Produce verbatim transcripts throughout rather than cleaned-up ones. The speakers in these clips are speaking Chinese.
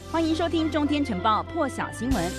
欢迎收听《中天晨报》破晓新闻。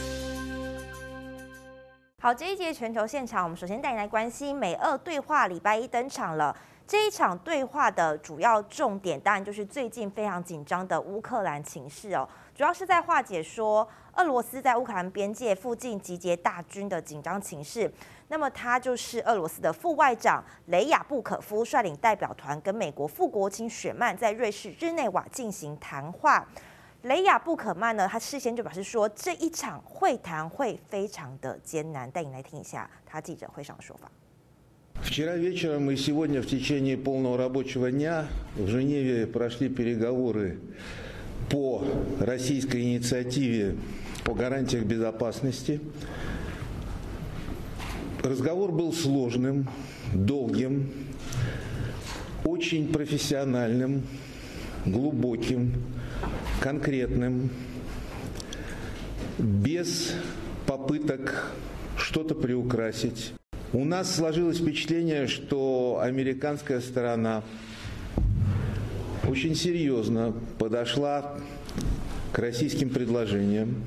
好，这一节全球现场，我们首先带你来关心美俄对话，礼拜一登场了。这一场对话的主要重点，当然就是最近非常紧张的乌克兰情势哦，主要是在化解说俄罗斯在乌克兰边界附近集结大军的紧张情势。那么他就是俄罗斯的副外长雷亚布可夫率领代表团跟美国副国务卿雪曼在瑞士日内瓦进行谈话。雷亚布可曼呢，他事先就表示说，这一场会谈会非常的艰难。带你来听一下他记者会上的说法。 Вчера вечером и сегодня в течение полного рабочего дня в Женеве прошли переговоры по российской инициативе о гарантиях безопасности. Разговор был сложным, долгим, очень профессиональным, глубоким, конкретным, без попыток что-то приукрасить. У нас сложилось впечатление, что американская сторона очень серьезно подошла к российским предложениям,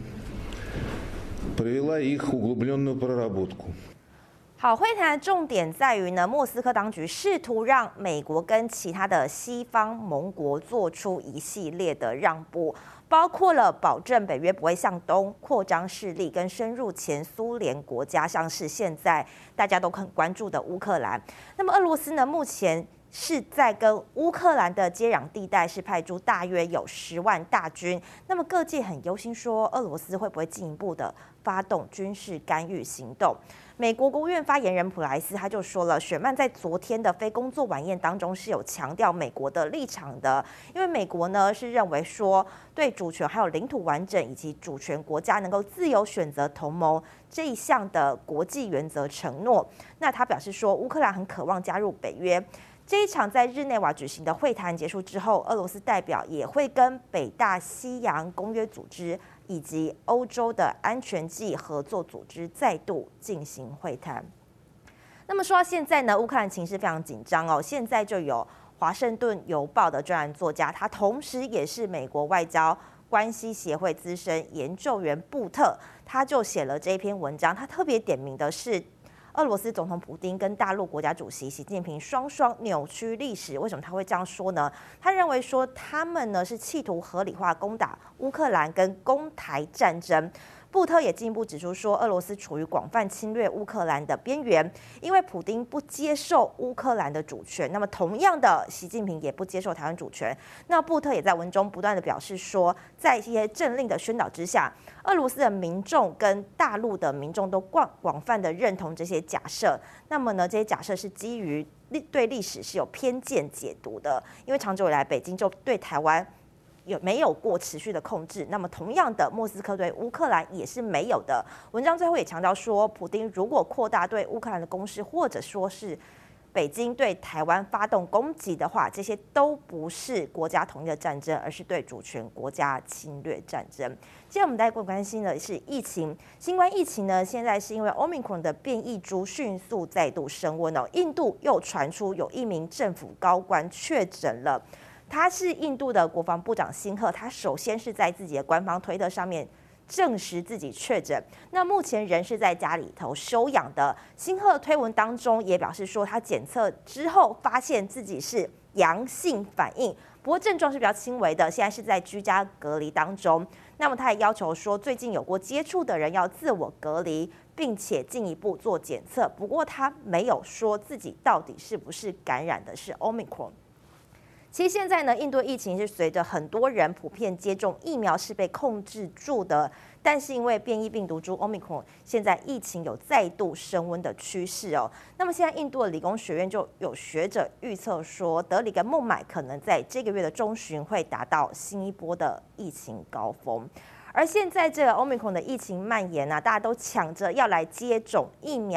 провела их углубленную проработку. 好，会谈的重点在于呢，莫斯科当局试图让美国跟其他的西方盟国做出一系列的让步，包括了保证北约不会向东扩张势力，跟深入前苏联国家，像是现在大家都很关注的乌克兰。那么俄罗斯呢，目前是在跟乌克兰的接壤地带是派出大约有十万大军。那么各界很忧心说，俄罗斯会不会进一步的发动军事干预行动？美国国务院发言人普莱斯他就说了，雪曼在昨天的非工作晚宴当中是有强调美国的立场的，因为美国呢是认为说对主权还有领土完整以及主权国家能够自由选择同盟这一项的国际原则承诺。那他表示说，乌克兰很渴望加入北约。这一场在日内瓦举行的会谈结束之后，俄罗斯代表也会跟北大西洋公约组织以及欧洲的安全暨合作组织再度进行会谈。那么说到现在呢，乌克兰情势非常紧张哦。现在就有华盛顿邮报的专栏作家，他同时也是美国外交关系协会资深研究员布特，他就写了这一篇文章，他特别点名的是俄罗斯总统普丁跟大陆国家主席习近平双双扭曲历史。为什么他会这样说呢？他认为说他们呢是企图合理化攻打乌克兰跟攻台战争。布特也进一步指出说，俄罗斯处于广泛侵略乌克兰的边缘，因为普丁不接受乌克兰的主权，那么同样的，习近平也不接受台湾主权。那布特也在文中不断的表示说，在一些政令的宣导之下，俄罗斯的民众跟大陆的民众都广广泛的认同这些假设。那么呢，这些假设是基于对历史是有偏见解读的，因为长久以来北京就对台湾有没有过持续的控制？那么同样的，莫斯科对乌克兰也是没有的。文章最后也强调说，普丁如果扩大对乌克兰的攻势，或者说是北京对台湾发动攻击的话，这些都不是国家统一的战争，而是对主权国家侵略战争。接着我们大家更关心的是疫情，新冠疫情呢，现在是因为 Omicron 的变异株迅速再度升温哦，印度又传出有一名政府高官确诊了。他是印度的国防部长辛赫，他首先是在自己的官方推特上面证实自己确诊，那目前人是在家里头休养的。辛赫推文当中也表示说，他检测之后发现自己是阳性反应，不过症状是比较轻微的，现在是在居家隔离当中。那么他也要求说，最近有过接触的人要自我隔离，并且进一步做检测。不过他没有说自己到底是不是感染的是 Omicron。其实现在呢，印度疫情是随着很多人普遍接种疫苗是被控制住的，但是因为变异病毒株 Omicron， 现在疫情有再度升温的趋势哦。那么现在印度的理工学院就有学者预测说，德里跟孟买可能在这个月的中旬会达到新一波的疫情高峰。而现在这个 Omicron 的疫情蔓延啊，大家都抢着要来接种疫苗。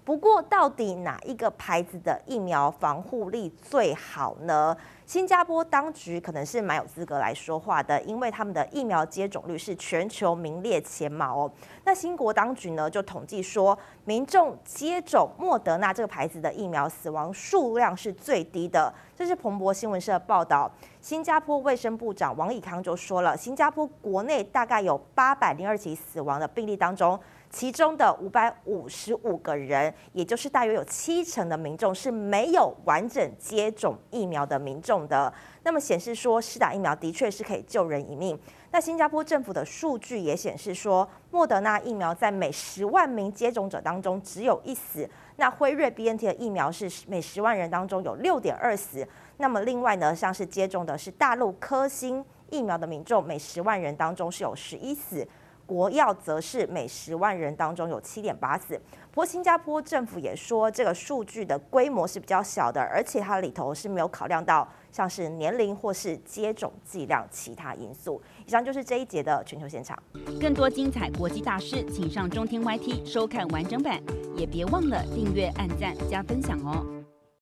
不过，到底哪一个牌子的疫苗防护力最好呢？新加坡当局可能是蛮有资格来说话的，因为他们的疫苗接种率是全球名列前茅哦。那新国当局呢就统计说，民众接种莫德纳这个牌子的疫苗死亡数量是最低的。这是彭博新闻社报道。新加坡卫生部长王以康就说了，新加坡国内大概有八百零二起死亡的病例当中，其中的五百五十五个人，也就是大约有七成的民众是没有完整接种疫苗的民众的。那么显示说，施打疫苗的确是可以救人一命。那新加坡政府的数据也显示说，莫德纳疫苗在每十万名接种者当中只有一死。那辉瑞 B N T 的疫苗是每十万人当中有 六点二死。那么另外呢，像是接种的是大陆科兴疫苗的民众，每十万人当中是有十一死。国药则是每十万人当中有 七点八死。不过新加坡政府也说，这个数据的规模是比较小的，而且它里头是没有考量到像是年龄或是接种剂量其他因素。以上就是这一节的全球现场。 更多精彩国际大事，请上中天 Y T 收看完整版，也别忘了订阅、按赞、加分享哦。